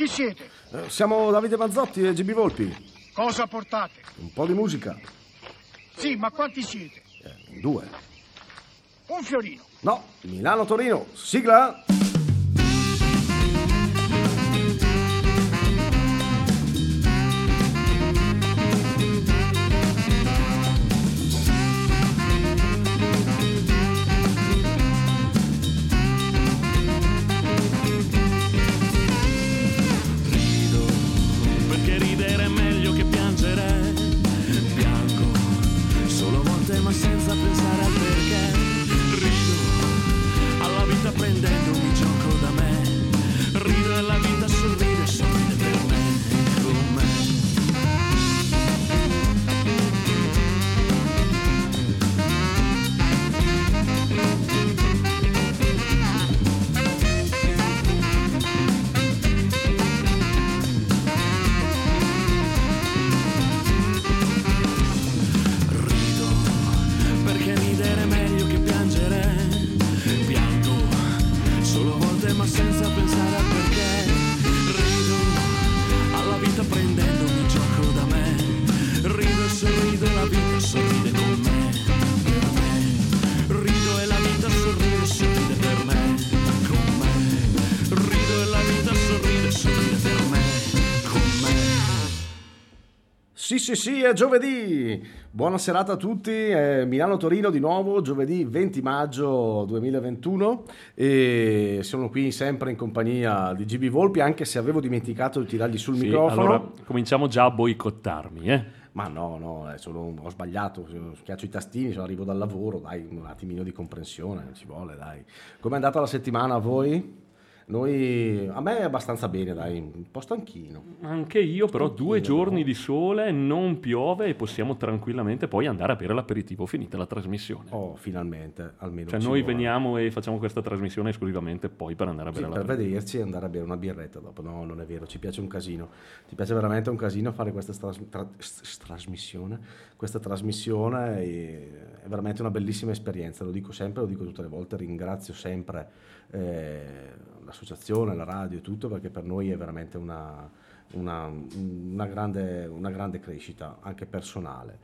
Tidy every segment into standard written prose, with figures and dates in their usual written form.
Chi siete? Siamo Davide Mazzotti e GB Volpi. Cosa portate? Un po' di musica. Sì, ma quanti siete? 2. Un fiorino. No, Milano-Torino. Sigla! Senza pensare al perché rido alla vita prendendomi gioco da me, rido e la vita sorride, sorride per me, con me. Ma senza pensare al perché rido alla vita prendendomi gioco da me, rido e sorrido e la vita sorride con me, per me, rido e la vita sorride, sorride per me, con me, rido e la vita sorride, sorride per me, con me. Sì, è giovedì! Buona serata a tutti, Milano-Torino di nuovo, giovedì 20 maggio 2021 e sono qui sempre in compagnia di GB Volpi, anche se avevo dimenticato di tirargli sul microfono. Allora cominciamo già a boicottarmi, Ma no, ho sbagliato, schiaccio i tastini, arrivo dal lavoro, dai, un attimino di comprensione, ci vuole, dai. Com'è andata la settimana a voi? A me è abbastanza bene, dai, un po' stanchino. Anche io, però 2 giorni di sole, non piove e possiamo tranquillamente poi andare a bere l'aperitivo finita la trasmissione. Oh, finalmente, almeno. Cioè noi veniamo e facciamo questa trasmissione esclusivamente poi per andare a bere l'aperitivo. Per vederci e andare a bere una birretta dopo. No, non è vero, ci piace un casino. Ti piace veramente un casino fare questa trasmissione. Questa trasmissione è veramente una bellissima esperienza, lo dico sempre, lo dico tutte le volte, ringrazio sempre l'associazione, la radio e tutto, perché per noi è veramente una grande crescita anche personale.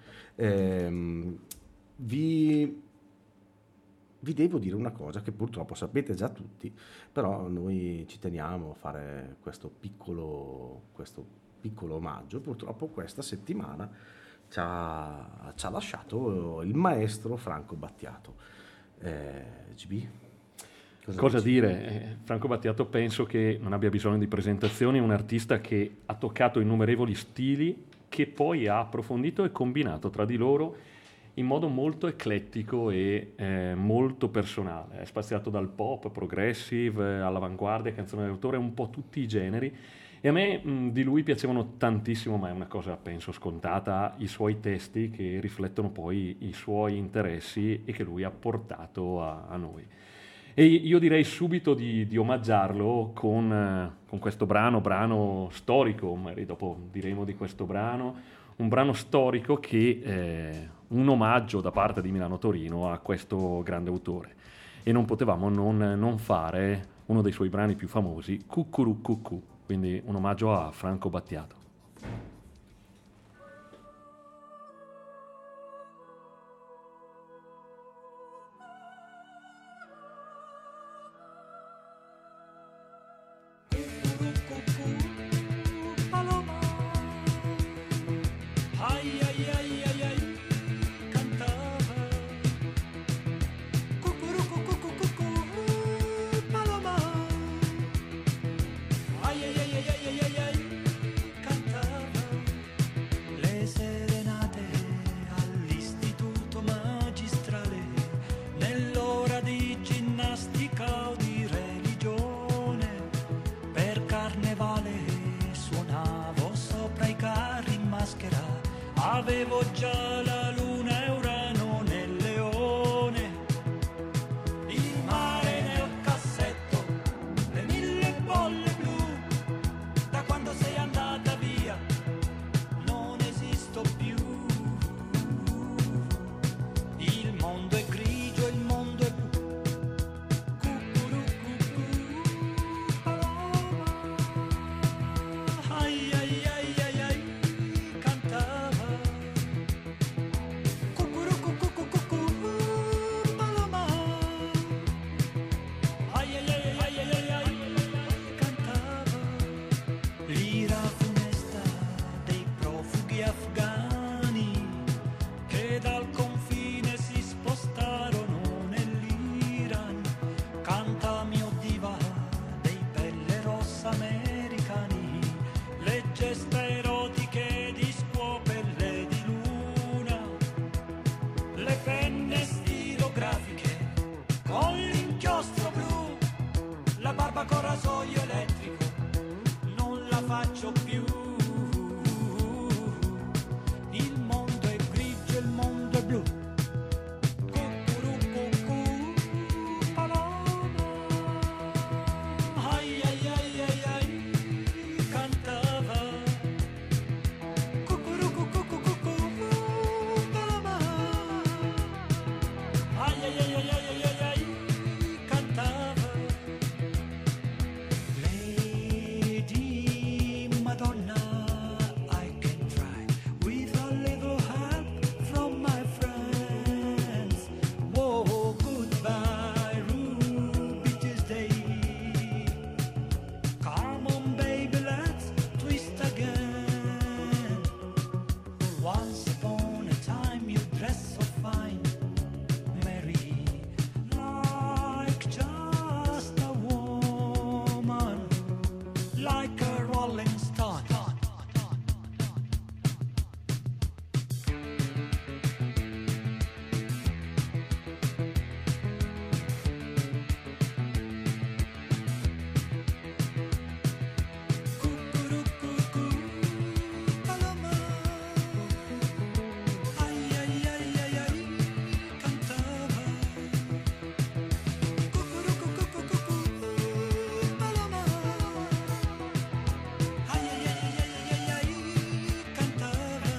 Vi devo dire una cosa che purtroppo sapete già tutti, però noi ci teniamo a fare questo piccolo omaggio. Purtroppo questa settimana ci ha lasciato il maestro Franco Battiato. GB? Cosa dire? Franco Battiato penso che non abbia bisogno di presentazioni, è un artista che ha toccato innumerevoli stili, che poi ha approfondito e combinato tra di loro in modo molto eclettico e molto personale. È spaziato dal pop, progressive, all'avanguardia, canzone d'autore, un po' tutti i generi. E a me di lui piacevano tantissimo, ma è una cosa penso scontata, i suoi testi che riflettono poi i suoi interessi e che lui ha portato a noi. E io direi subito di omaggiarlo con questo brano storico, magari dopo diremo di questo brano, un brano storico che è un omaggio da parte di Milano-Torino a questo grande autore. E non potevamo non fare uno dei suoi brani più famosi, Cucurù, quindi un omaggio a Franco Battiato. Avevo già la luna e Urano nel leone, il mare nel cassetto, le 1000 bolle blu. Da quando sei andata via non esisto più. Il mondo è grigio, il mondo è blu. Cucurù, cucurù, paloma. le penne stilografiche con l'inchiostro blu, la barba con rasoio elettrico, non la faccio più. Il mondo è grigio, il mondo è blu. Cucurucucù, paloma, ai ai ai ai ai, cantava. Cucurucucucucucù, paloma, ai ai ai ai ai ai ai, cantava. Lady Madonna, I can try with a little help from my friends. Whoa, goodbye, Ruby Tuesday. Come on, baby, let's twist again. Once upon a time you dressed so fine, Mary, like just a woman, like a rolling stone. Cucurucucù, paloma, ai ai ai ai ai, cantava. Cucurucucucucù, paloma, ai ai ai ai ai ai, cantava.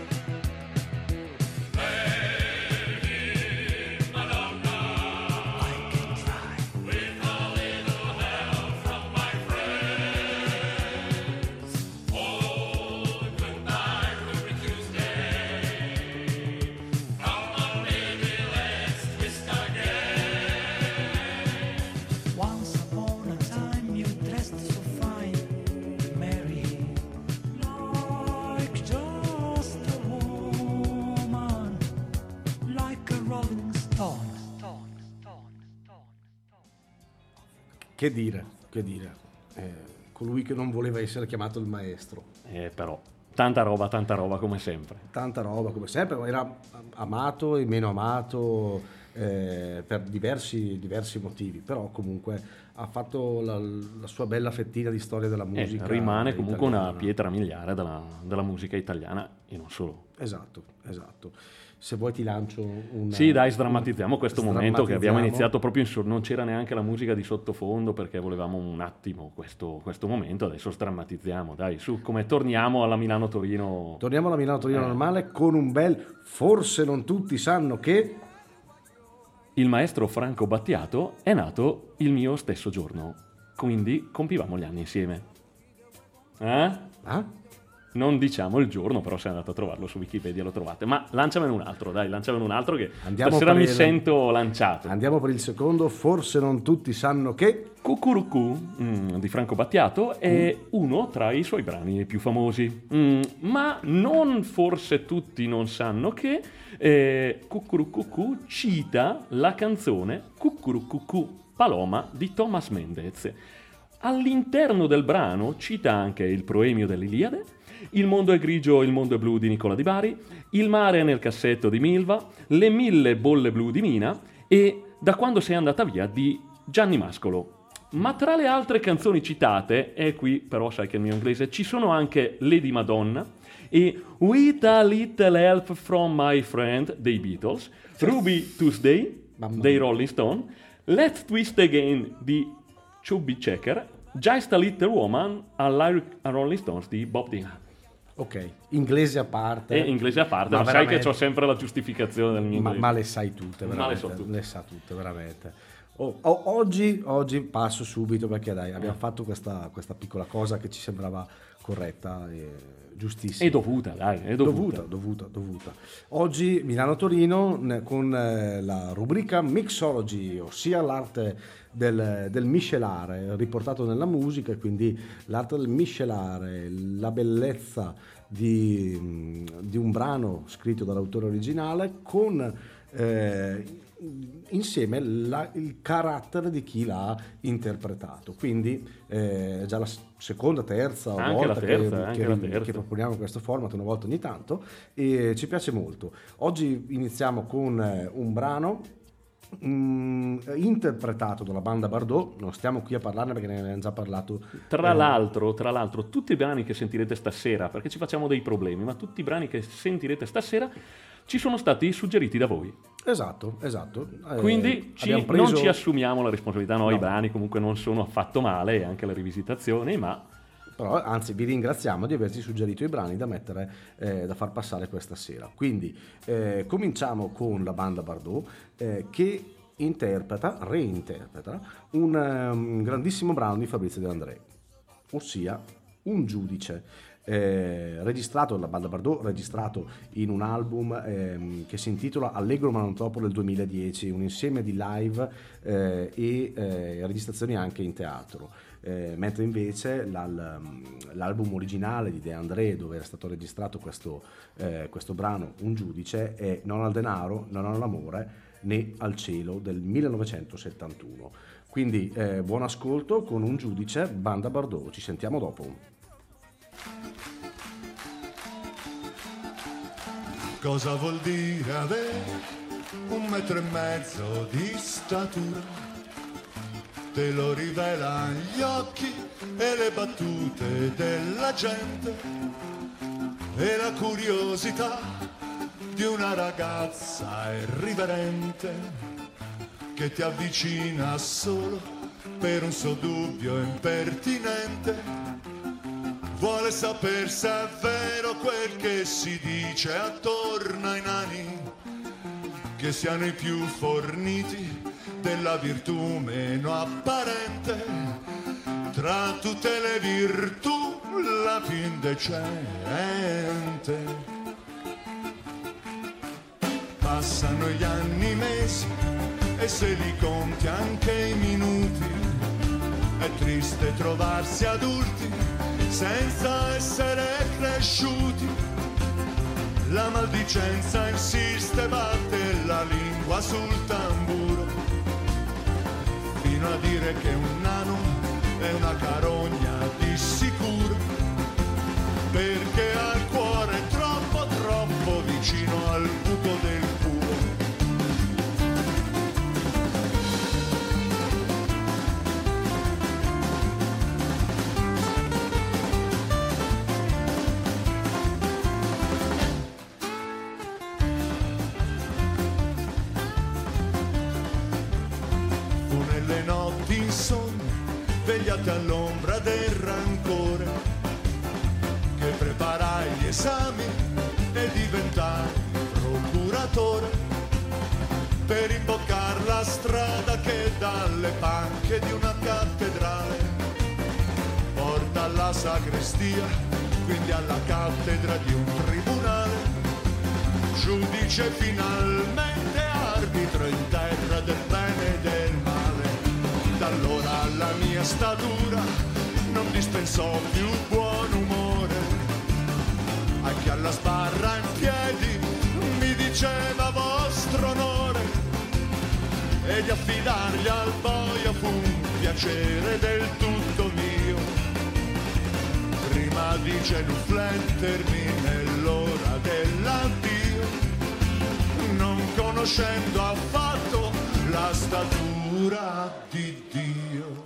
I can try with a little help from my friends. Oh, goodbye, Ruby Tuesday. Come on, baby, let's twist again. Once upon a time you dressed so fine, Mary, like just a woman, like a rolling stone. Che dire, che dire. Colui che non voleva essere chiamato il maestro. Però, tanta roba come sempre. Tanta roba come sempre, era amato e meno amato per diversi motivi, però comunque ha fatto la sua bella fettina di storia della musica. Rimane comunque una italiana. pietra miliare della musica italiana e non solo. Esatto. Se vuoi ti lancio una... Sì, dai, sdrammatizziamo questo momento che abbiamo Sdrammatizziamo. iniziato proprio non c'era neanche la musica di sottofondo perché volevamo un attimo questo momento, adesso sdrammatizziamo, dai, su, come torniamo alla Milano-Torino. Torniamo alla Milano-Torino normale con un bel forse non tutti sanno che... Il maestro Franco Battiato è nato il mio stesso giorno, quindi compivamo gli anni insieme. Ah? Non diciamo il giorno, però se andate a trovarlo su Wikipedia lo trovate. Ma lanciamene un altro, dai, che Andiamo stasera per mi il- sento lanciato. Andiamo per il secondo, forse non tutti sanno che... Cucurucù di Franco Battiato è uno tra i suoi brani più famosi, ma non forse tutti non sanno che Cucurucucù cita la canzone Cucurucucù Paloma di Thomas Mendez. All'interno del brano cita anche il proemio dell'Iliade, Il mondo è grigio, il mondo è blu di Nicola Di Bari, Il mare è nel cassetto di Milva, Le 1000 bolle blu di Mina e Da quando sei andata via di Gianni Mascolo. Ma tra le altre canzoni citate, e qui però sai che il mio inglese, ci sono anche Lady Madonna e With a Little Help from My Friend dei Beatles, Ruby Tuesday dei Rolling Stone, Let's Twist Again di Chubby Checker, Just a Little Woman a Rolling Stones di Bob Dylan. Ok, inglese a parte. E inglese a parte, ma sai veramente- che ho sempre la giustificazione del mio inglese. Ma le sai tutte, Ma veramente. le so tutte. Le sa tutte, veramente. Oggi passo subito perché dai, abbiamo fatto questa piccola cosa che ci sembrava corretta e giustissima. È dovuta, dai, è dovuta. Dovuta. Oggi Milano-Torino con la rubrica Mixology, ossia l'arte del miscelare, riportato nella musica, e quindi l'arte del miscelare, la bellezza di un brano scritto dall'autore originale con insieme il carattere di chi l'ha interpretato. Quindi già la seconda, terza Anche volta la terza. che proponiamo questo format, una volta ogni tanto, e ci piace molto. Oggi iniziamo con un brano interpretato dalla banda Bardot. Non stiamo qui a parlarne perché ne abbiamo già parlato. Tra l'altro, tutti i brani che sentirete stasera, perché ci facciamo dei problemi, ma tutti i brani che sentirete stasera ci sono stati suggeriti da voi. Esatto. Quindi non ci assumiamo la responsabilità, No. I brani comunque non sono affatto male, anche le rivisitazioni, ma Però, anzi, vi ringraziamo di averci suggerito i brani da mettere, da far passare questa sera. Quindi cominciamo con la banda Bardot, che reinterpreta un grandissimo brano di Fabrizio De André, ossia Un giudice. Registrato la banda Bardot, registrato in un album che si intitola Allegro ma non troppo del 2010, un insieme di live e registrazioni anche in teatro. Mentre invece l'album originale di De André, dove era stato registrato questo brano Un giudice, è Non al denaro, non all'amore né al cielo, del 1971. Quindi buon ascolto con Un giudice, banda Bardot. Ci sentiamo dopo. Cosa vuol dire avere 1,5 metri di statura? Te lo rivela gli occhi e le battute della gente e la curiosità di una ragazza irriverente che ti avvicina solo per un suo dubbio impertinente. Vuole sapere se è vero quel che si dice attorno ai nani, che siano i più forniti della virtù meno apparente. Tra tutte le virtù la più indecente. Passano gli anni, i mesi e se li conti anche i minuti. È triste trovarsi adulti senza essere cresciuti. La maldicenza insiste, batte la lingua sul tamburo, fino a dire che un nano è una carogna di sicuro, perché ha il cuore troppo troppo vicino al buco del culo. Svegliate all'ombra del rancore, che preparai gli esami e diventai procuratore, per imboccare la strada che dalle panche di una cattedrale porta alla sacrestia, quindi alla cattedra di un tribunale. Giudice finalmente, arbitro in terra del bene e del male. Da allora alla mia statura non dispensò più buon umore. A chi alla sbarra in piedi mi diceva vostro onore, e di affidargli al boia fu un piacere del tutto mio. Prima di genuflettermi nell'ora dell'addio, non conoscendo affatto la statura di Dio.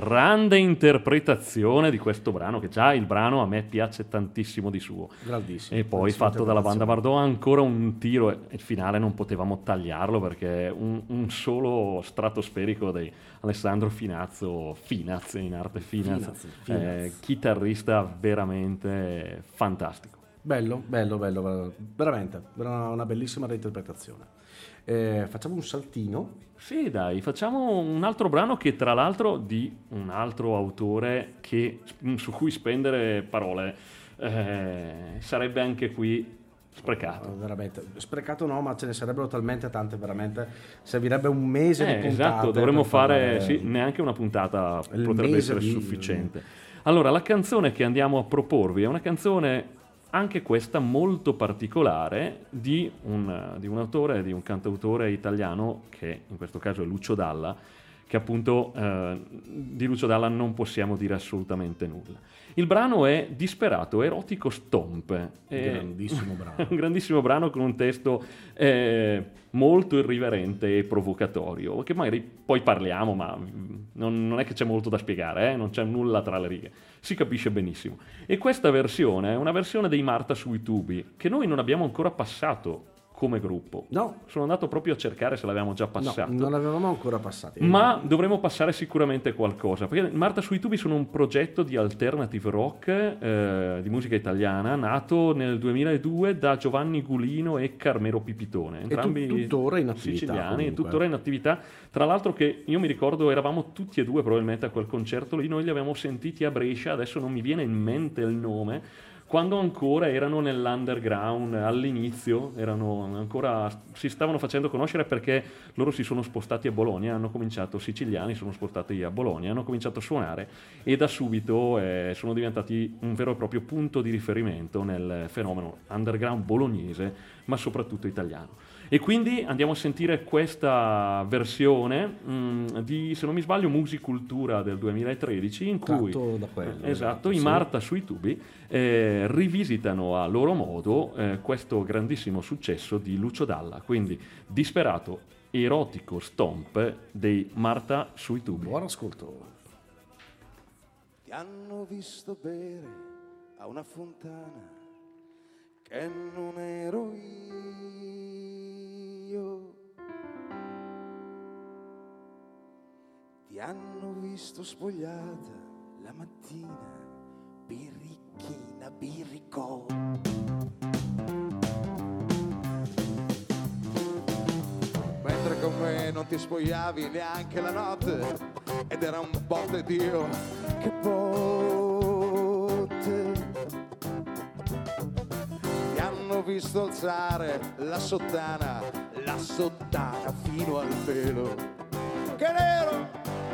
grande interpretazione di questo brano, che già il brano a me piace tantissimo di suo. Grandissimo. E poi fatto dalla banda Bardot, ancora un tiro, e il finale non potevamo tagliarlo perché un solo stratosferico di Alessandro Finazzo, Finaz in arte Finaz, chitarrista veramente fantastico. Bello, veramente, una bellissima reinterpretazione. Facciamo un saltino. Sì, dai, facciamo un altro brano che tra l'altro di un altro autore su cui spendere parole sarebbe anche qui sprecato. Veramente sprecato no, ma ce ne sarebbero talmente tante, veramente servirebbe un mese di puntate. Esatto, dovremmo fare neanche una puntata potrebbe essere sufficiente. Allora, la canzone che andiamo a proporvi è una canzone anche questa molto particolare di un autore, di un cantautore italiano, che in questo caso è Lucio Dalla, che appunto di Lucio Dalla non possiamo dire assolutamente nulla. Il brano è Disperato Erotico Stomp. Grandissimo brano. Un grandissimo brano con un testo molto irriverente e provocatorio, che magari poi parliamo, ma non è che c'è molto da spiegare, non c'è nulla tra le righe. Si capisce benissimo. E questa versione è una versione dei Marta sui tubi, che noi non abbiamo ancora passato come gruppo. No. Sono andato proprio a cercare se l'avevamo già passato. No, non l'avevamo ancora passato. Ma dovremo passare sicuramente qualcosa, perché Marta sui tubi sono un progetto di alternative rock, di musica italiana, nato nel 2002 da Giovanni Gulino e Carmelo Pipitone, entrambi tuttora in attività, siciliani, comunque. tuttora in attività. Tra l'altro, che io mi ricordo eravamo tutti e due probabilmente a quel concerto lì, noi li avevamo sentiti a Brescia, adesso non mi viene in mente il nome, quando ancora erano nell'underground, all'inizio si stavano facendo conoscere, perché loro si sono spostati a Bologna, hanno cominciato, siciliani, sono spostati a Bologna, hanno cominciato a suonare e da subito sono diventati un vero e proprio punto di riferimento nel fenomeno underground bolognese, ma soprattutto italiano. E quindi andiamo a sentire questa versione di, se non mi sbaglio, Musicultura del 2013, in cui da quello, esatto, i sì. Marta sui tubi rivisitano a loro modo questo grandissimo successo di Lucio Dalla, quindi Disperato Erotico Stomp dei Marta sui tubi. Buon ascolto. Ti hanno visto bere a una fontana che non ero io. Ti hanno visto spogliata la mattina, birichina, biricò. Mentre con me non ti spogliavi neanche la notte, ed era un botte Dio che botte. Ti hanno visto alzare la sottana fino al pelo, che nero.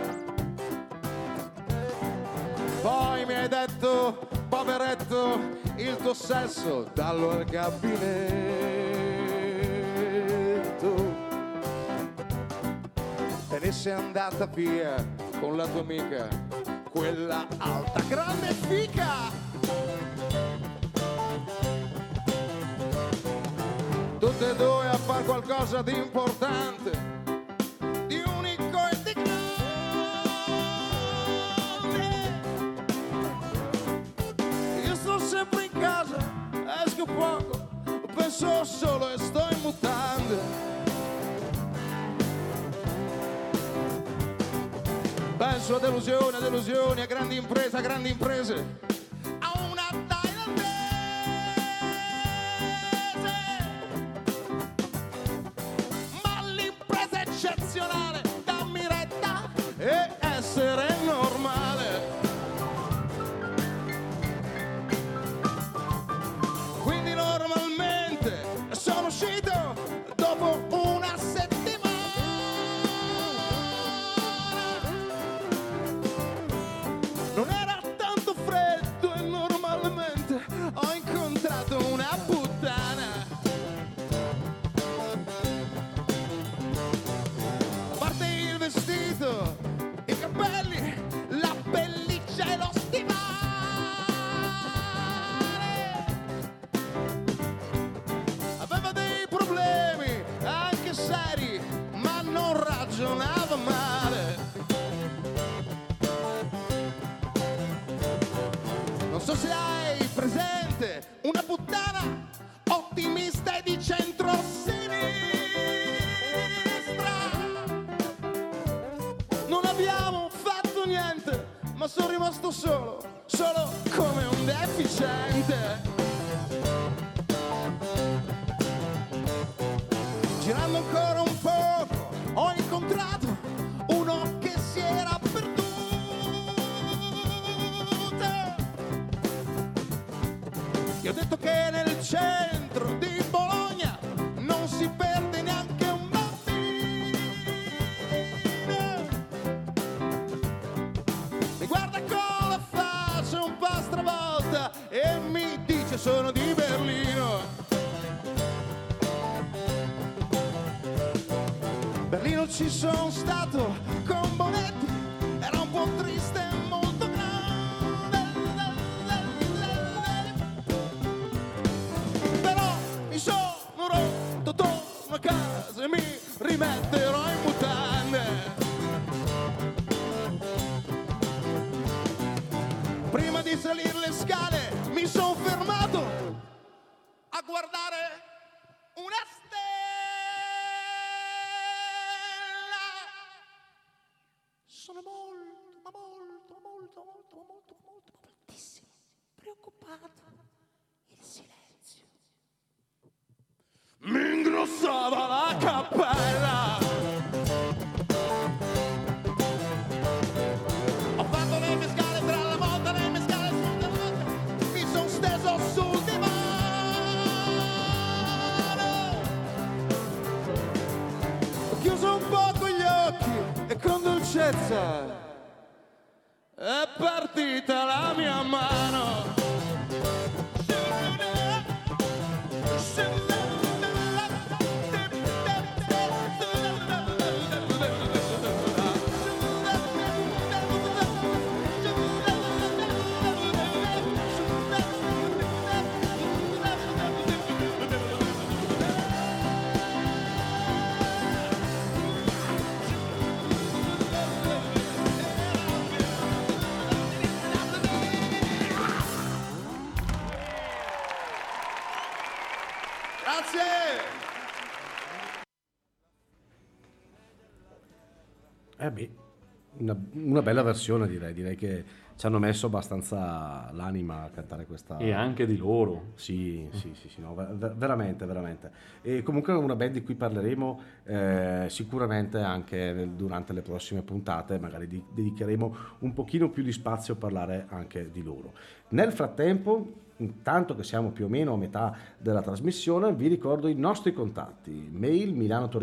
Poi mi hai detto, poveretto, il tuo sesso dallo al gabinetto. Te ne sei andata via con la tua amica, quella alta, grande e fica. Tutte e due a fare qualcosa di importante, di unico e di grande. Io sto sempre in casa, esco poco, penso solo e sto in mutande. Penso a delusioni, a grandi imprese, a una thailandese. Ma l'impresa eccezionale, dammi retta e essere normale. Quindi normalmente sono uscito dopo una settimana. Non era tanto freddo nel centro di Bologna non si perde neanche un mattino. Mi guarda con la faccia un po' stravolta e mi dice sono di Berlino. Berlino ci sono stato con Bonetti, era un po' triste e molto grande, però mi sono rotto torno a casa e mi rimetterò in mutande. Prima di salire le scale mi sono fermato a guardare una stella. Sono moltissimo preoccupato. Il silenzio mi ingrossava la cappella. Ho fatto le mie scale tra la volta, le mie scale sul divano, mi sono steso sul divano. Ho chiuso un poco gli occhi e con dolcezza è partita la mia mano. Una bella versione, direi che ci hanno messo abbastanza l'anima a cantare questa. E anche di loro. Sì, no, veramente. E comunque è una band di cui parleremo sicuramente anche durante le prossime puntate, magari dedicheremo un pochino più di spazio a parlare anche di loro. Nel frattempo, intanto che siamo più o meno a metà della trasmissione, vi ricordo i nostri contatti: mail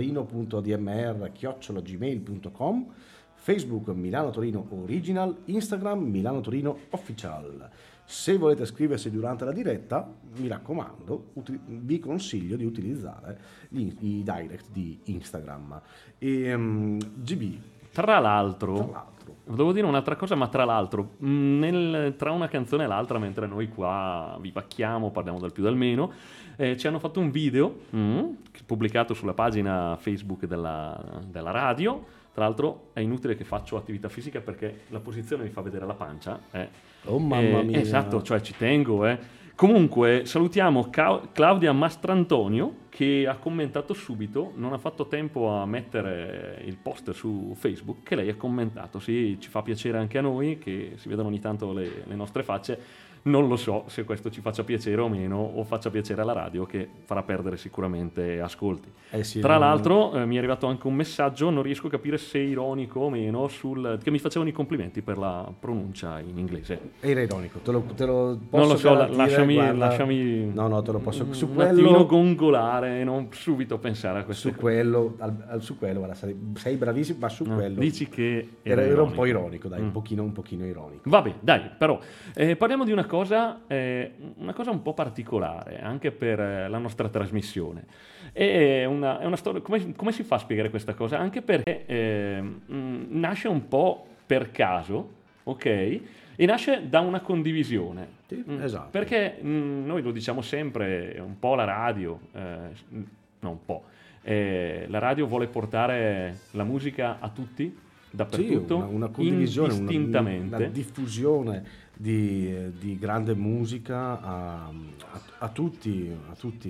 milanotorino.admr@gmail.com, Facebook Milano Torino Original, Instagram Milano Torino Official. Se volete scriversi durante la diretta, mi raccomando, vi consiglio di utilizzare i direct di Instagram. GB. Tra l'altro, devo dire un'altra cosa, ma tra l'altro, tra una canzone e l'altra, mentre noi qua vivacchiamo, parliamo del più del meno, ci hanno fatto un video pubblicato sulla pagina Facebook della radio. Tra l'altro è inutile che faccio attività fisica perché la posizione mi fa vedere la pancia. Oh mamma mia. Esatto, cioè ci tengo. Comunque salutiamo Claudia Mastrantonio, che ha commentato subito, non ha fatto tempo a mettere il post su Facebook, che lei ha commentato. Sì, ci fa piacere anche a noi che si vedano ogni tanto le nostre facce. Non lo so se questo ci faccia piacere o meno, o faccia piacere alla radio, che farà perdere sicuramente ascolti. Sì, Tra l'altro mi è arrivato anche un messaggio, non riesco a capire se ironico o meno, che mi facevano i complimenti per la pronuncia in inglese. Era ironico, te lo posso non lo so, garantire, lasciami No, te lo posso su un attimino gongolare e non subito pensare a questo. Su quello, guarda, sei bravissimo, ma su quello dici che era un po' ironico, dai, un pochino ironico. Vabbè, dai, però parliamo di una cosa un po' particolare anche per la nostra trasmissione. È una storia. Come si fa a spiegare questa cosa? Anche perché nasce un po' per caso, ok? E nasce da una condivisione. Sì, esatto. Perché noi lo diciamo sempre, un po' la radio, no, un po'. La radio vuole portare la musica a tutti, dappertutto, sì, una condivisione, indistintamente. Una diffusione di grande musica a tutti.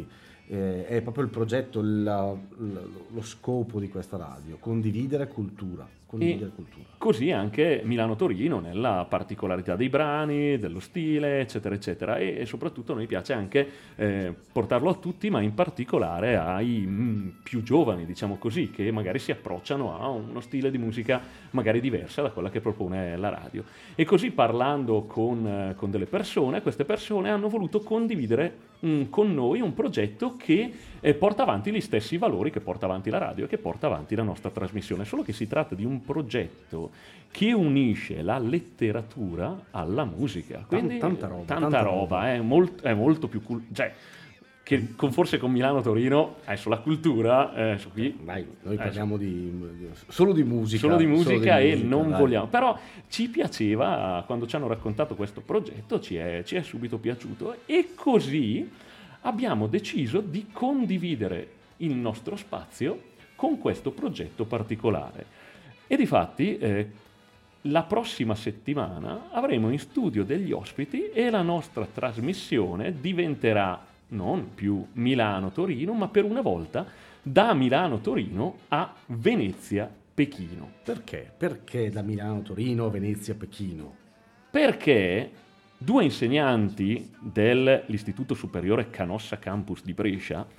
È proprio il progetto, lo scopo di questa radio, condividere cultura. Così anche Milano-Torino, nella particolarità dei brani, dello stile, eccetera, eccetera. E soprattutto a noi piace anche portarlo a tutti, ma in particolare ai più giovani, diciamo così, che magari si approcciano a uno stile di musica magari diversa da quella che propone la radio. E così, parlando con delle persone, queste persone hanno voluto condividere con noi un progetto che porta avanti gli stessi valori che porta avanti la radio e che porta avanti la nostra trasmissione, solo che si tratta di un progetto che unisce la letteratura alla musica. Quindi tanta roba. È molto più cioè, che forse con Milano-Torino adesso la cultura qui, noi parliamo solo di musica e non vogliamo, però ci piaceva quando ci hanno raccontato questo progetto, ci è subito piaciuto, e così abbiamo deciso di condividere il nostro spazio con questo progetto particolare. E difatti la prossima settimana avremo in studio degli ospiti e la nostra trasmissione diventerà non più Milano-Torino, ma per una volta da Milano-Torino a Venezia-Pechino. Perché? Perché da Milano-Torino, Venezia-Pechino? Perché due insegnanti dell'Istituto Superiore Canossa Campus di Brescia,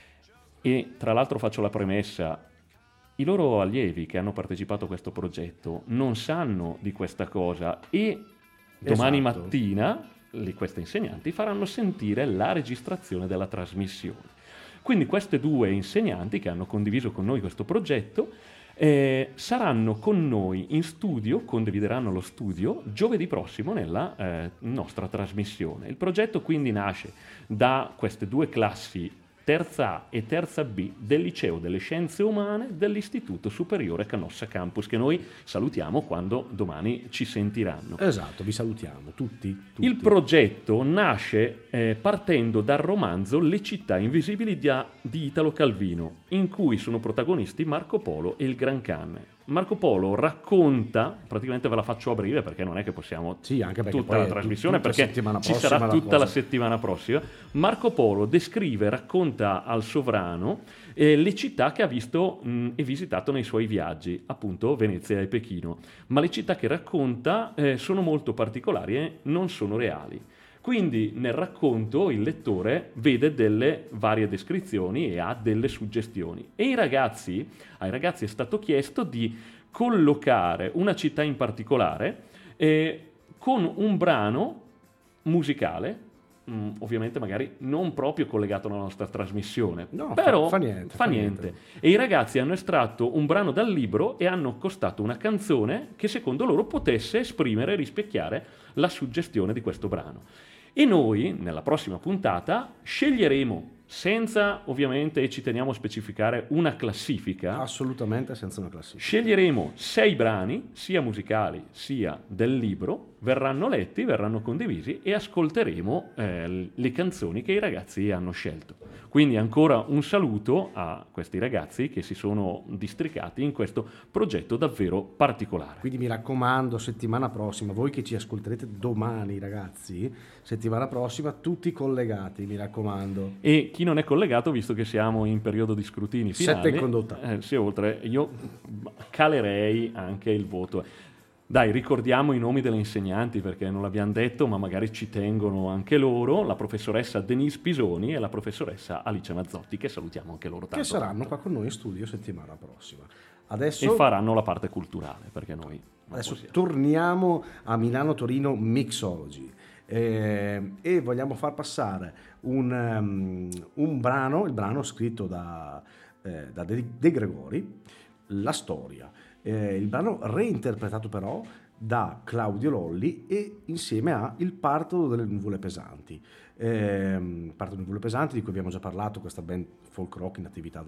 e tra l'altro faccio la premessa, i loro allievi che hanno partecipato a questo progetto non sanno di questa cosa, e domani mattina questi insegnanti faranno sentire la registrazione della trasmissione. Quindi queste due insegnanti che hanno condiviso con noi questo progetto saranno con noi in studio, condivideranno lo studio giovedì prossimo nella nostra trasmissione. Il progetto quindi nasce da queste due classi, terza A e terza B, del Liceo delle Scienze Umane dell'Istituto Superiore Canossa Campus, che noi salutiamo quando domani ci sentiranno. Esatto, vi salutiamo tutti. Il progetto nasce partendo dal romanzo Le città invisibili di Italo Calvino, in cui sono protagonisti Marco Polo e il Gran Cane. Marco Polo racconta, praticamente ve la faccio a breve perché non è che possiamo anche tutta la trasmissione, perché ci sarà tutta la settimana prossima. Marco Polo descrive, racconta al sovrano le città che ha visto e visitato nei suoi viaggi, appunto Venezia e Pechino, ma le città che racconta sono molto particolari e non sono reali. Quindi nel racconto il lettore vede delle varie descrizioni e ha delle suggestioni. E ai ragazzi è stato chiesto di collocare una città in particolare con un brano musicale, ovviamente magari non proprio collegato alla nostra trasmissione, però fa niente. E i ragazzi hanno estratto un brano dal libro e hanno accostato una canzone che secondo loro potesse esprimere e rispecchiare la suggestione di questo brano. E noi, nella prossima puntata, sceglieremo, senza ovviamente, e ci teniamo a specificare, una classifica. Assolutamente senza una classifica. Sceglieremo 6 brani, sia musicali sia del libro, verranno letti, verranno condivisi e ascolteremo le canzoni che i ragazzi hanno scelto. Quindi ancora un saluto a questi ragazzi che si sono districati in questo progetto davvero particolare. Quindi mi raccomando, settimana prossima, voi che ci ascolterete domani ragazzi, settimana prossima tutti collegati, mi raccomando. E chi non è collegato, visto che siamo in periodo di scrutini finali, 7 in condotta. Se oltre, io calerei anche il voto. Dai, ricordiamo i nomi delle insegnanti perché non l'abbiamo detto, ma magari ci tengono anche loro, la professoressa Denise Pisoni e la professoressa Alice Mazzotti, che salutiamo anche loro tanto. Che saranno qua con noi in studio settimana prossima. Adesso, e faranno la parte culturale, perché noi adesso torniamo a Milano-Torino Mixology e vogliamo far passare un brano, il brano scritto da De Gregori, La storia. Il brano reinterpretato però da Claudio Lolli e insieme a Il parto delle nuvole pesanti. Parto delle nuvole pesanti, di cui abbiamo già parlato, questa band folk rock in attività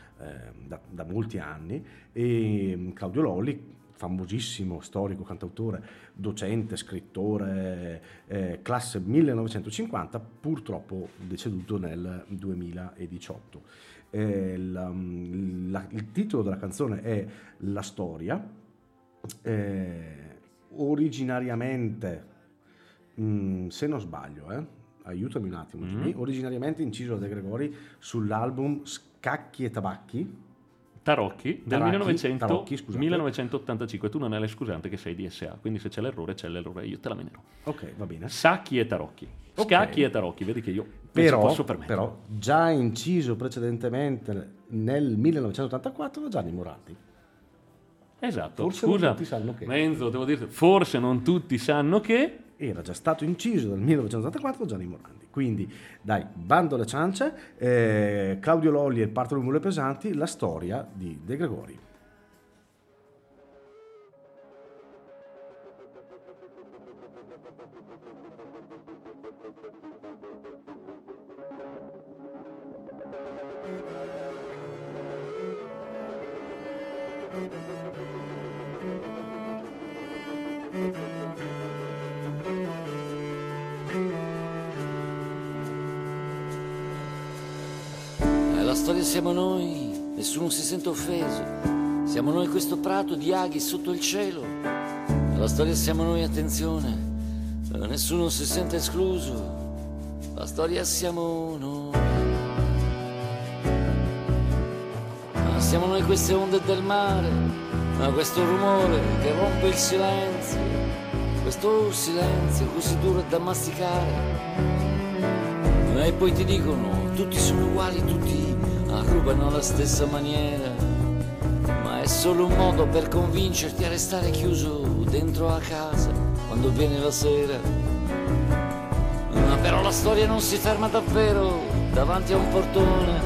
da molti anni, e Claudio Lolli, famosissimo storico, cantautore, docente, scrittore, classe 1950, purtroppo deceduto nel 2018. Il titolo della canzone è La storia. Originariamente, se non sbaglio, aiutami un attimo, Jimmy, originariamente inciso da De Gregori sull'album Scacchi e Tabacchi. Tarocchi del Tarocchi, scusate. 1985. Tu non hai l'escusante che sei DSA, quindi se c'è l'errore, io te la menerò. Ok, va bene. Sacchi e Tarocchi. Ok. Scacchi e Tarocchi, vedi che io non ci Però, posso permettere. però già inciso precedentemente nel 1984 da Gianni Morandi. Esatto, Forse non scusa, tutti sanno che. Menzo, devo dirti, forse non tutti sanno che... Era già stato inciso nel 1984 da Gianni Morandi. Quindi, dai, bando alle ciance, Claudio Lolli e il Parto delle Mule Pesanti, la storia di De Gregori. La storia siamo noi, nessuno si sente offeso. Siamo noi questo prato di aghi sotto il cielo. La storia siamo noi, attenzione, nessuno si sente escluso. La storia siamo noi. Siamo noi queste onde del mare, questo rumore che rompe il silenzio, questo silenzio così duro da masticare. E poi ti dicono, tutti sono uguali, tutti rubano alla stessa maniera, ma è solo un modo per convincerti a restare chiuso dentro a casa quando viene la sera. Ma però la storia non si ferma davvero davanti a un portone.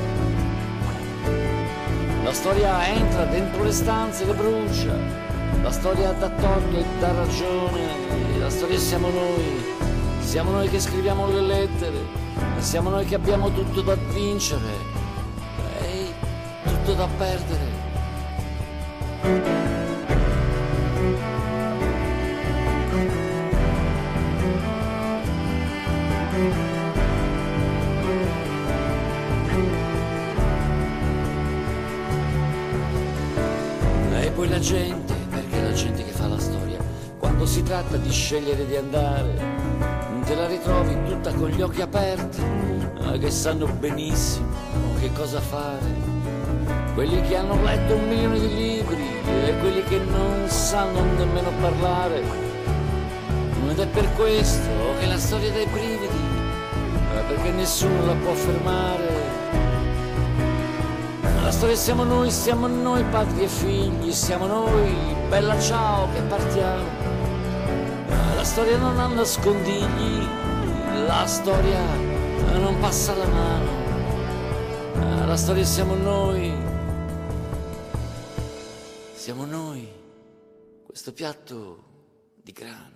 La storia entra dentro le stanze e le brucia, la storia dà torto e dà ragione. La storia siamo noi che scriviamo le lettere. Siamo noi che abbiamo tutto da vincere e tutto da perdere. E poi la gente, perché la gente che fa la storia, quando si tratta di scegliere di andare, te la ritrovi tutta con gli occhi aperti, che sanno benissimo che cosa fare. Quelli che hanno letto 1 milione di libri e quelli che non sanno nemmeno parlare. Ed è per questo che la storia dai brividi, perché nessuno la può fermare. La storia siamo noi padri e figli, siamo noi, bella ciao che partiamo. La storia non ha nascondigli, la storia non passa la mano. La storia siamo noi, questo piatto di grano.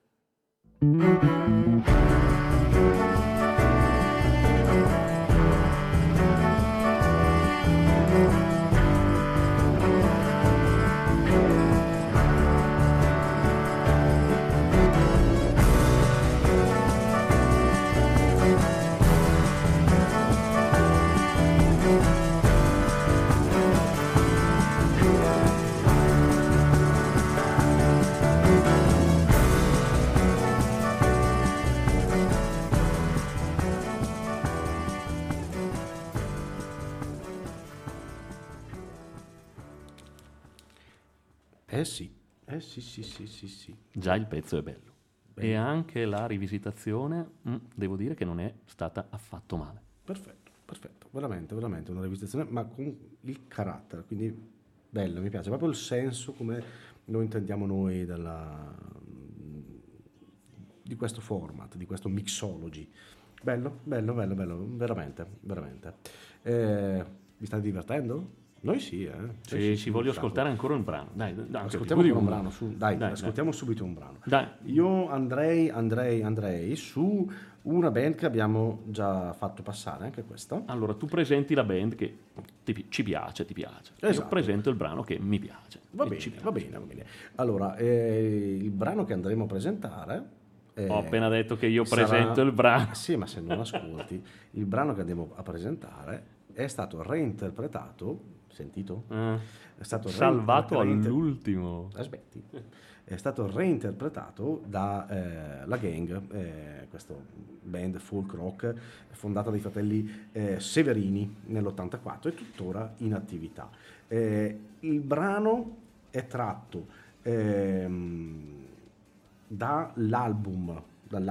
Sì. Già il pezzo è bello. E anche la rivisitazione, devo dire che non è stata affatto male. Perfetto, veramente una rivisitazione, ma con il carattere, quindi bello, mi piace proprio il senso come lo intendiamo noi di questo format, di questo mixology. Bello, veramente. Vi state divertendo? Noi sì, Ci voglio ascoltare ancora un brano. Dai, ascoltiamo un brano, ascoltiamo subito un brano. Dai. Io andrei su una band che abbiamo già fatto passare, anche questa. Allora, tu presenti la band che ci piace. Esatto. Io presento il brano che mi piace. Va bene. Allora, il brano che andremo a presentare... Ho appena detto che io presento il brano. Sì, ma se non ascolti, il brano che andiamo a presentare è stato reinterpretato sentito? È stato salvato all'ultimo. Aspetti. È stato reinterpretato da La Gang, questa band folk rock fondata dai fratelli Severini nell'84 e tuttora in attività. Il brano è tratto dall'album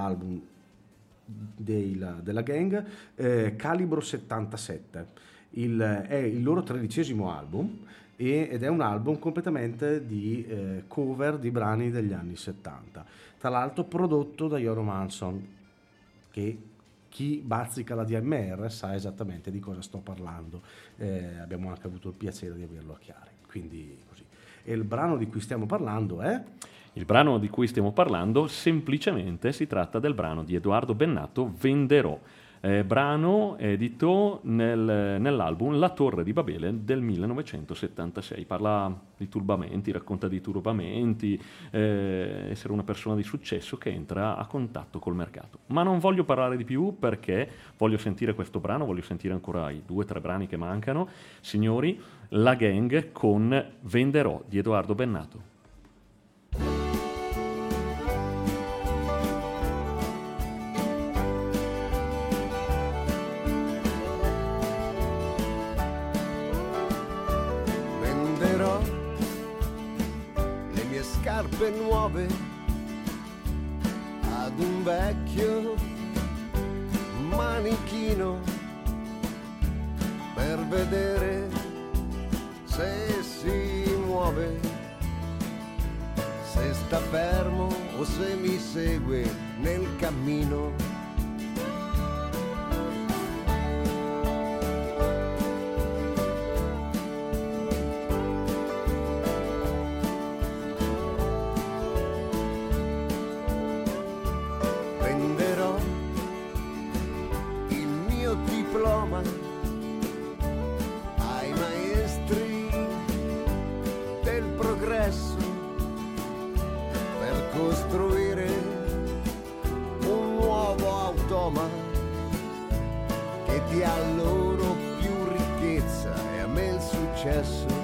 della Gang, Calibro 77. È il loro 13° album ed è un album completamente di cover di brani degli anni 70, tra l'altro prodotto da Joro Manson, che chi bazzica la DMR sa esattamente di cosa sto parlando. Abbiamo anche avuto il piacere di averlo a Chiari, quindi così. E il brano di cui stiamo parlando è? Il brano di cui stiamo parlando semplicemente si tratta del brano di Edoardo Bennato, Venderò, brano edito nell'album La Torre di Babele del 1976. Parla di turbamenti, racconta di turbamenti, essere una persona di successo che entra a contatto col mercato. Ma non voglio parlare di più perché voglio sentire questo brano, voglio sentire ancora i 2 o 3 brani che mancano. Signori, La Gang con Venderò di Edoardo Bennato. Scarpe nuove ad un vecchio manichino per vedere se si muove, se sta fermo o se mi segue nel cammino. Ai maestri del progresso per costruire un nuovo automa che dia loro più ricchezza e a me il successo.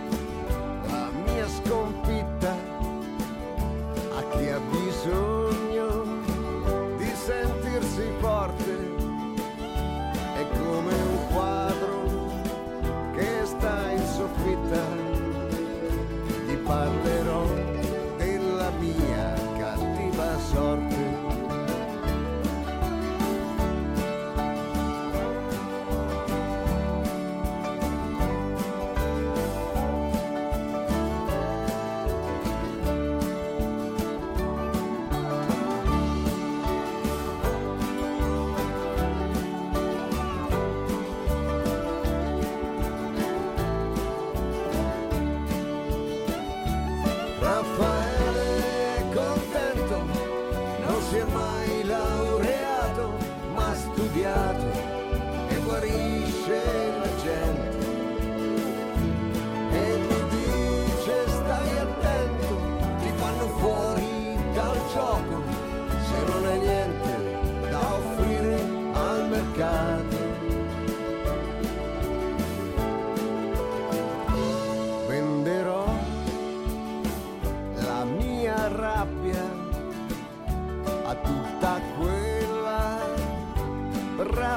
Bisogna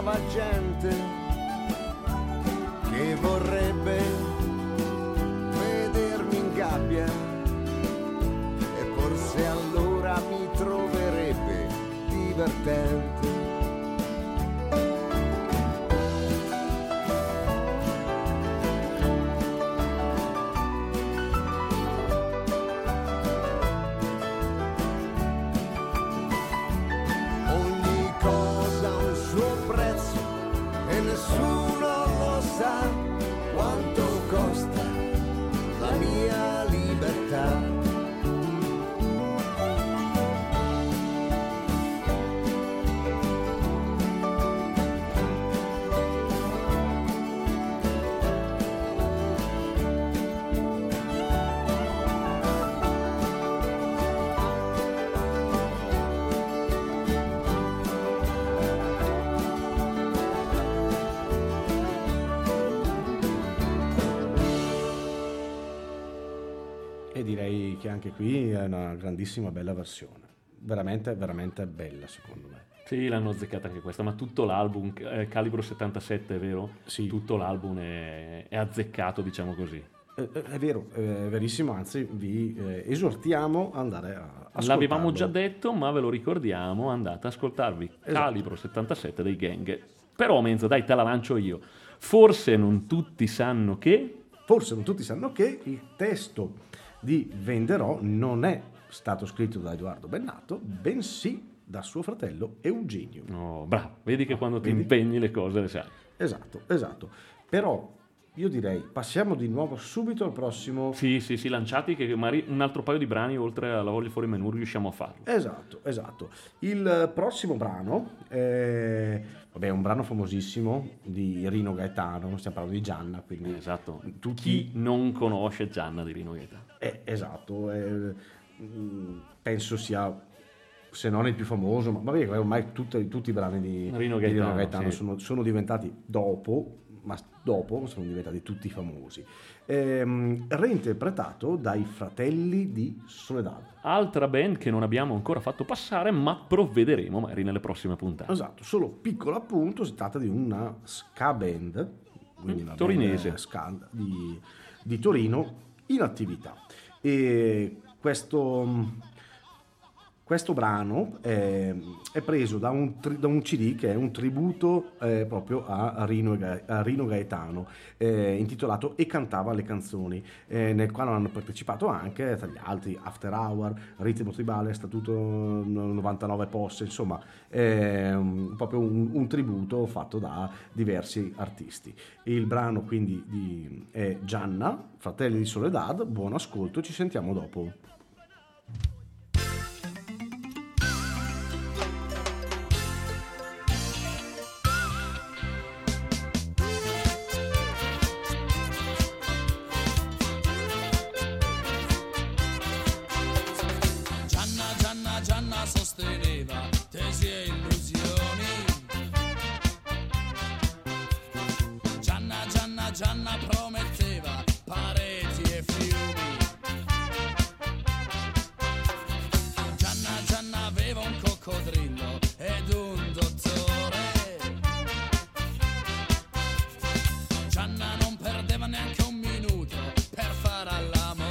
brava gente che vorrebbe vedermi in gabbia e forse allora mi troverebbe divertente. Direi che anche qui è una grandissima bella versione, veramente veramente bella secondo me. Sì, l'hanno azzeccata anche questa, ma tutto l'album, Calibro 77 è vero? Sì. Tutto l'album è azzeccato, diciamo così. È vero, è verissimo, anzi vi esortiamo ad andare a ascoltarlo. L'avevamo già detto, ma ve lo ricordiamo, andate ad ascoltarvi Esatto. Calibro 77 dei Gang. Però Menzo, dai, te la lancio io. Forse non tutti sanno che il testo di Venderò non è stato scritto da Edoardo Bennato, bensì da suo fratello Eugenio. Oh, bravo, vedi che quando ti Vedi? impegni le cose le sai. Esatto. Però io direi passiamo di nuovo subito al prossimo. Sì, lanciati che magari un altro paio di brani oltre alla Voglia fuori menù riusciamo a farlo. Esatto. Il prossimo brano è un brano famosissimo di Rino Gaetano, stiamo parlando di Gianna, quindi Esatto. tutti. Chi non conosce Gianna di Rino Gaetano? Esatto, penso sia, se non il più famoso, ma vabbè, ormai tutti i brani di Rino Rino Gaetano, sì. sono diventati dopo sono diventati tutti famosi. Reinterpretato dai Fratelli di Soledad. Altra band che non abbiamo ancora fatto passare, ma provvederemo magari nelle prossime puntate. Esatto, solo piccolo appunto, si tratta di una ska band, quindi una torinese. band ska di Torino in attività. E questo brano è preso da un CD che è un tributo proprio a Rino Gaetano, intitolato E cantava le canzoni, nel quale hanno partecipato anche, tra gli altri, After Hour, Ritmo Tribale, Statuto 99 Posse, insomma, proprio un tributo fatto da diversi artisti. Il brano quindi è Gianna, Fratelli di Soledad, buon ascolto, ci sentiamo dopo. Gianna sosteneva tesi e illusioni. Gianna prometteva pareti e fiumi. Gianna aveva un coccodrillo ed un dottore. Gianna non perdeva neanche un minuto per fare all'amore.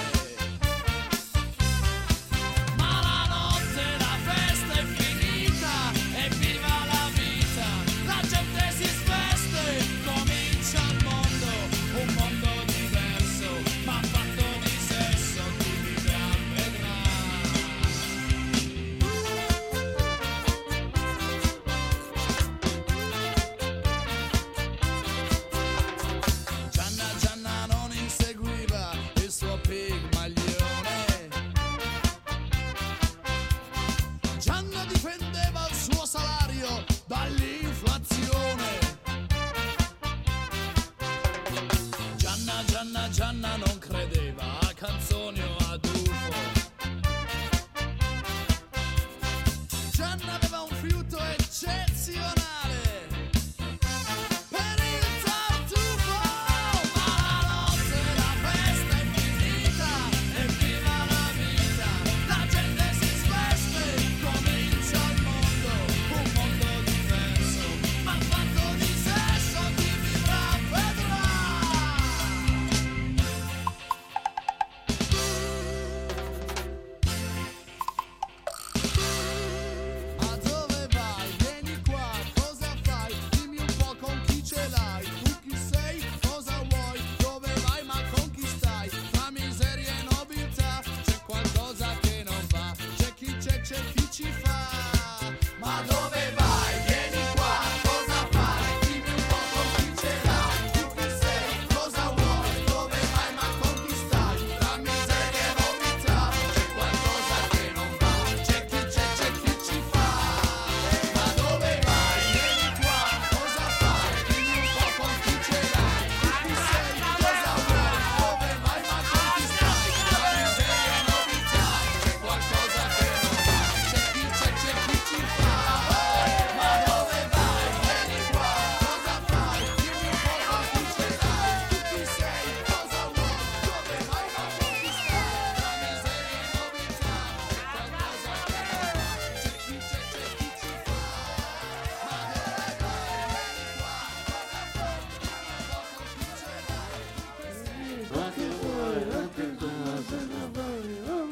Gianna non credeva a canzoni o ad UFO. Gianna aveva un fiuto eccezionale per il tartufo. Ma la notte, la festa è finita e viva la vita. La gente si sveste, comincia il mondo, un mondo diverso.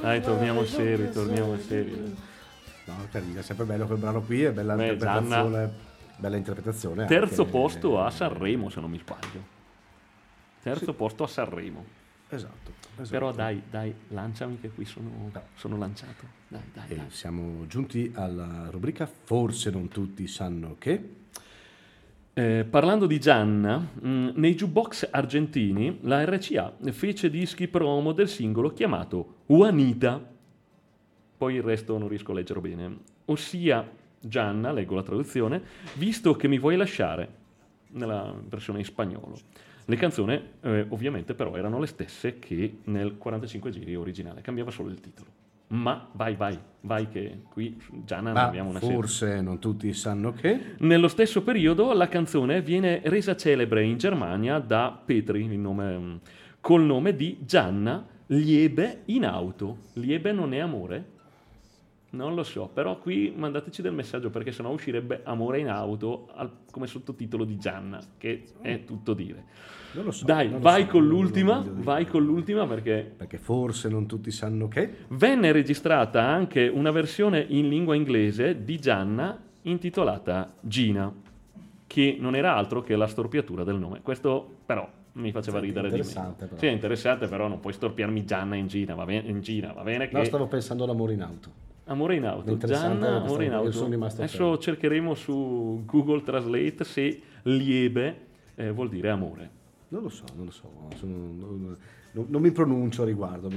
Dai, torniamo seri. No, carina, è sempre bello quel brano qui, è bella Beh, interpretazione. Gianna, Bella interpretazione. terzo anche, posto a Sanremo, se non mi sbaglio. Terzo posto a Sanremo. Esatto. Però dai, lanciami che qui sono lanciato. Dai. Siamo giunti alla rubrica Forse non tutti sanno che. Parlando di Gianna, nei jukebox argentini la RCA fece dischi promo del singolo chiamato Juanita. Poi il resto non riesco a leggere bene. Ossia, Gianna, leggo la traduzione, visto che mi vuoi lasciare, nella versione in spagnolo. Le canzoni ovviamente però erano le stesse che nel 45 giri originale, cambiava solo il titolo. Ma vai che qui Gianna ne abbiamo una serie. Forse non tutti sanno che. Nello stesso periodo la canzone viene resa celebre in Germania da Petri, il nome, col nome di Gianna Liebe in auto. Liebe non è amore? Non lo so, però qui mandateci del messaggio perché sennò uscirebbe Amore in auto come sottotitolo di Gianna, che è tutto dire. Non lo so. Dai, vai con l'ultima perché forse non tutti sanno che. Venne registrata anche una versione in lingua inglese di Gianna intitolata Gina, che non era altro che la storpiatura del nome. Questo però mi faceva ridere di meno. Però. Sì, è interessante, però non puoi storpiarmi Gianna in Gina, va bene che... No, stavo pensando all'amore in auto. Amore in auto, Gianna, amore in auto. Adesso cercheremo su Google Translate se liebe vuol dire amore. Non lo so. Non mi pronuncio a riguardo.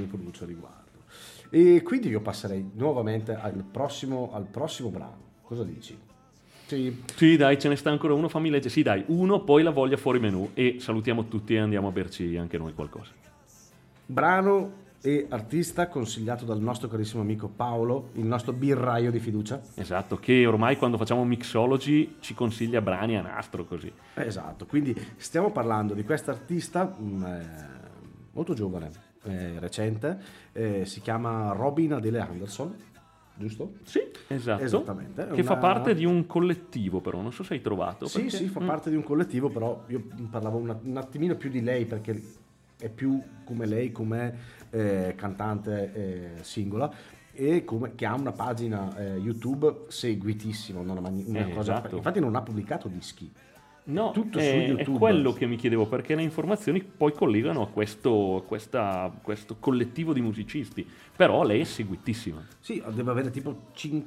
E quindi io passerei nuovamente al prossimo brano. Cosa dici? Sì, dai, ce ne sta ancora uno, fammi leggere. Sì, dai, uno, poi la voglia fuori menù e salutiamo tutti e andiamo a berci anche noi qualcosa. Brano e artista consigliato dal nostro carissimo amico Paolo, il nostro birraio di fiducia. Esatto, che ormai quando facciamo mixology ci consiglia brani a nastro così. Esatto, quindi stiamo parlando di quest'artista molto giovane, recente, si chiama Robin Adele Anderson, giusto? Sì, esatto. Esattamente. Che fa parte di un collettivo però, non so se hai trovato. Sì, fa parte di un collettivo, però io parlavo un attimino più di lei perché è più come lei, come cantante singola e che ha una pagina YouTube seguitissima, esatto. Infatti non ha pubblicato dischi. No, tutto su YouTube. È quello che mi chiedevo, perché le informazioni poi collegano a questo collettivo di musicisti, però lei è seguitissima. Sì, deve avere tipo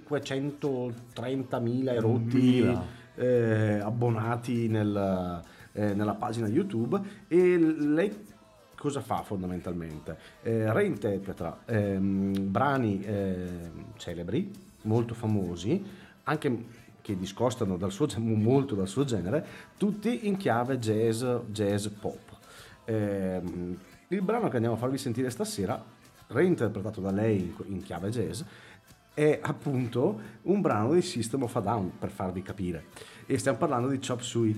530.000 rotti abbonati nella pagina YouTube e lei cosa fa fondamentalmente? Reinterpreta brani celebri, molto famosi, anche che discostano molto dal suo genere, tutti in chiave jazz pop. Il brano che andiamo a farvi sentire stasera, reinterpretato da lei in chiave jazz, è appunto un brano dei System of a Down, per farvi capire. E stiamo parlando di Chop Suey,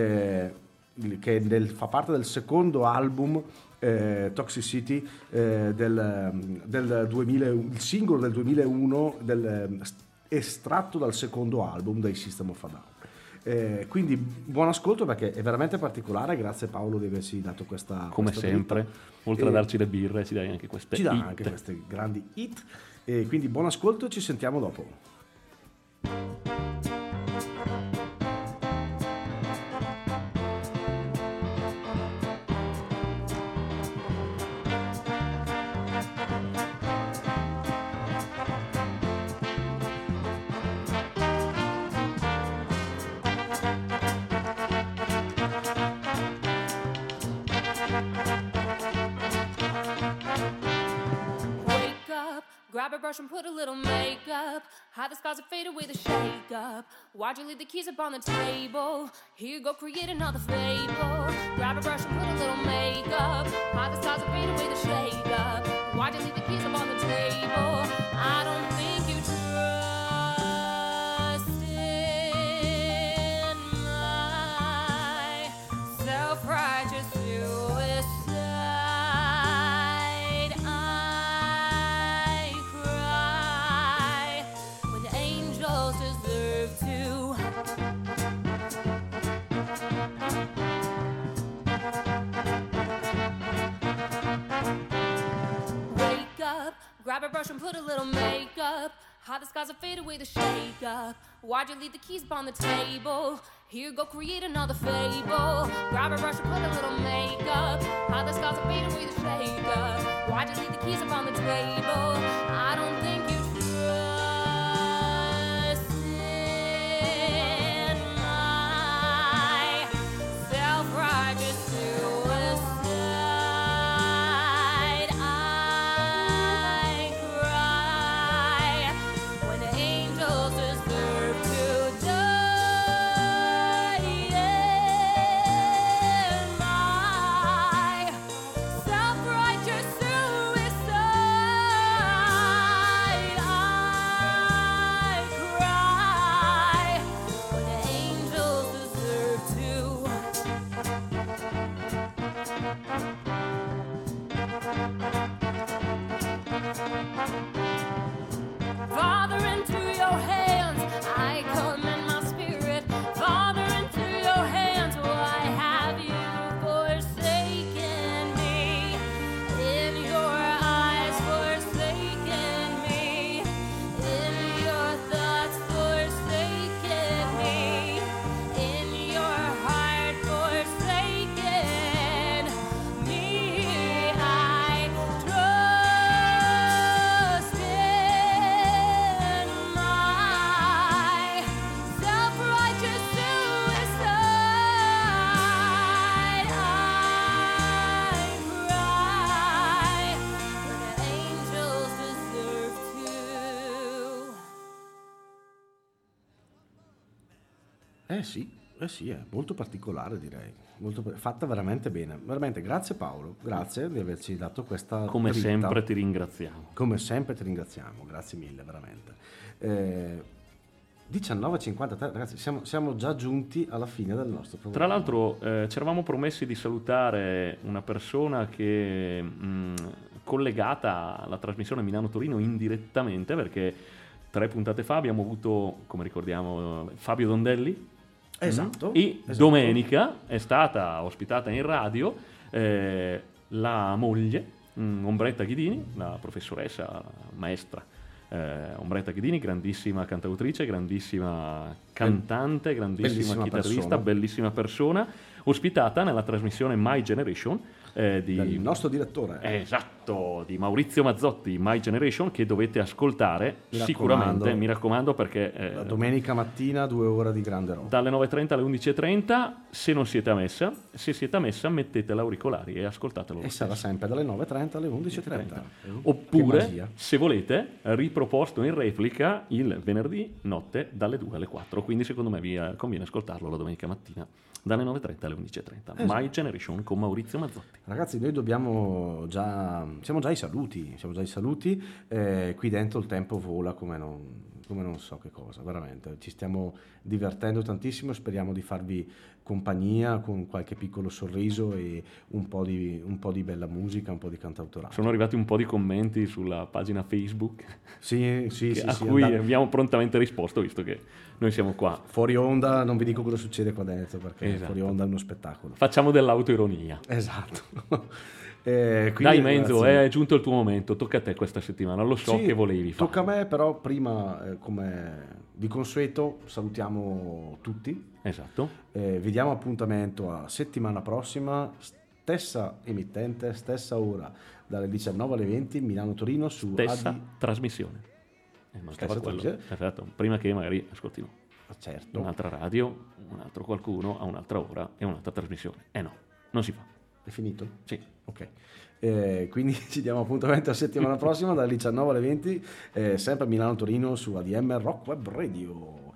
che fa parte del secondo album Toxicity del 2001, il singolo del 2001 estratto dal secondo album dei System of a Down. Quindi buon ascolto perché è veramente particolare. Grazie Paolo di averci dato questa come sempre dritta. Oltre a darci le birre ci dai anche queste hit. Anche queste grandi hit e quindi buon ascolto e ci sentiamo dopo. Grab a brush and put a little makeup. Hide the scars that fade away the shake up. Why'd you leave the keys up on the table? Here you go create another fable. Grab a brush and put a little makeup. Hide the scars that fade away the shake up. Why'd you leave the keys up on the table? I don't think you trust in my self-righteous suicide. Grab a brush and put a little makeup. How the scars have faded with a shake up. Why'd you leave the keys upon the table? Here, go create another fable. Grab a brush and put a little makeup. How the scars have faded with a shake up. Why'd you leave the keys upon the table? I don't think you trust in my self-righteous suicide. I cry when angels deserve to die. In my self-righteous suicide, I cry when angels deserve to. Father, into your hands I commend my spirit. Father, into your hands, why have you forsaken me? In your eyes, forsaken me. In your thoughts, forsaken me. In your heart, forsaken me. I trust in my self-righteous suicide. I cry when angels deserve to. Sì, è molto particolare, direi. Fatta veramente bene. Veramente, grazie Paolo, grazie di averci dato questa Come dritta. sempre ti ringraziamo. Come sempre ti ringraziamo, grazie mille, veramente. 19.53, ragazzi, siamo già giunti alla fine del nostro programma. Tra l'altro ci eravamo promessi di salutare una persona che collegata alla trasmissione Milano-Torino indirettamente, perché 3 puntate fa abbiamo avuto, come ricordiamo, Fabio Dondelli. Esatto. E domenica è stata ospitata in radio la moglie, Ombretta Ghidini, la professoressa maestra Ombretta Ghidini, grandissima cantautrice, grandissima cantante, grandissima bellissima chitarrista, persona. bellissima persona, ospitata nella trasmissione My Generation Del nostro direttore. Esatto, di Maurizio Mazzotti, My Generation, che dovete ascoltare Mi sicuramente, mi raccomando, perché La domenica mattina 2 ore di grande roba. dalle 9.30 alle 11.30, se non siete a messa, se siete a messa mettete l'auricolari e ascoltatelo lo E sarà stesso. sempre dalle 9.30 alle 11.30. Che Oppure, magia. se volete, riproposto in replica il venerdì notte dalle 2 alle 4. Quindi secondo me vi conviene ascoltarlo la domenica mattina dalle 9.30 alle 11.30. Esatto. My Generation con Maurizio Mazzotti. Ragazzi, noi siamo già ai saluti, qui dentro il tempo vola come non so che cosa, veramente, ci stiamo divertendo tantissimo, speriamo di farvi compagnia con qualche piccolo sorriso e un po' di bella musica, un po' di cantautorato. Sono arrivati un po' di commenti sulla pagina Facebook Sì, a cui abbiamo prontamente risposto, visto che noi siamo qua. Fuori onda non vi dico cosa succede qua dentro, perché Esatto. fuori onda è uno spettacolo. Facciamo dell'autoironia. Esatto. Quindi, Dai Menzo, ragazzi, è giunto il tuo momento, tocca a te questa settimana, lo so sì, che volevi fare. tocca a me, però prima, come di consueto, salutiamo tutti. Esatto. Vi diamo appuntamento a settimana prossima, stessa emittente, stessa ora, dalle 19 alle 20, Milano-Torino su Stessa AD. trasmissione. Mancava Stessa quello. trasmissione. Esatto. Prima che magari ascoltino Certo. un'altra radio, un altro qualcuno a un'altra ora e un'altra trasmissione. No, non si fa. È finito? Sì. Ok. Quindi ci diamo appuntamento la settimana prossima dalle 19 alle 20, sempre a Milano-Torino su ADM Rock Web Radio.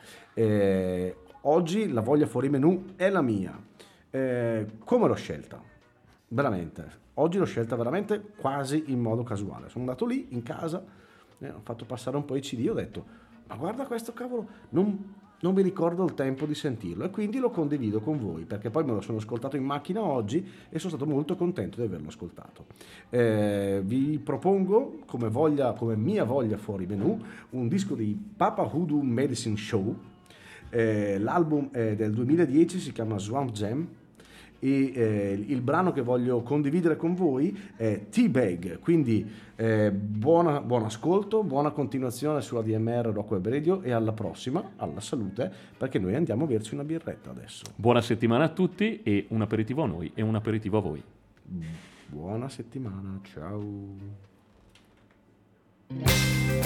Oggi la voglia fuori menù è la mia. Come l'ho scelta? Veramente. Oggi l'ho scelta veramente quasi in modo casuale. Sono andato lì in casa, ho fatto passare un po' i CD, ho detto, ma guarda questo cavolo, non mi ricordo il tempo di sentirlo, e quindi lo condivido con voi, perché poi me lo sono ascoltato in macchina oggi e sono stato molto contento di averlo ascoltato. Vi propongo, come mia voglia fuori menù, un disco di Papa Voodoo Medicine Show. L'album è del 2010, si chiama Swamp Jam, e il brano che voglio condividere con voi è Teabag, quindi buon ascolto, buona continuazione sulla DMR Rock Web Radio e alla prossima, alla salute, perché noi andiamo a berci una birretta adesso. Buona settimana a tutti e un aperitivo a noi e un aperitivo a voi. Buona settimana, ciao.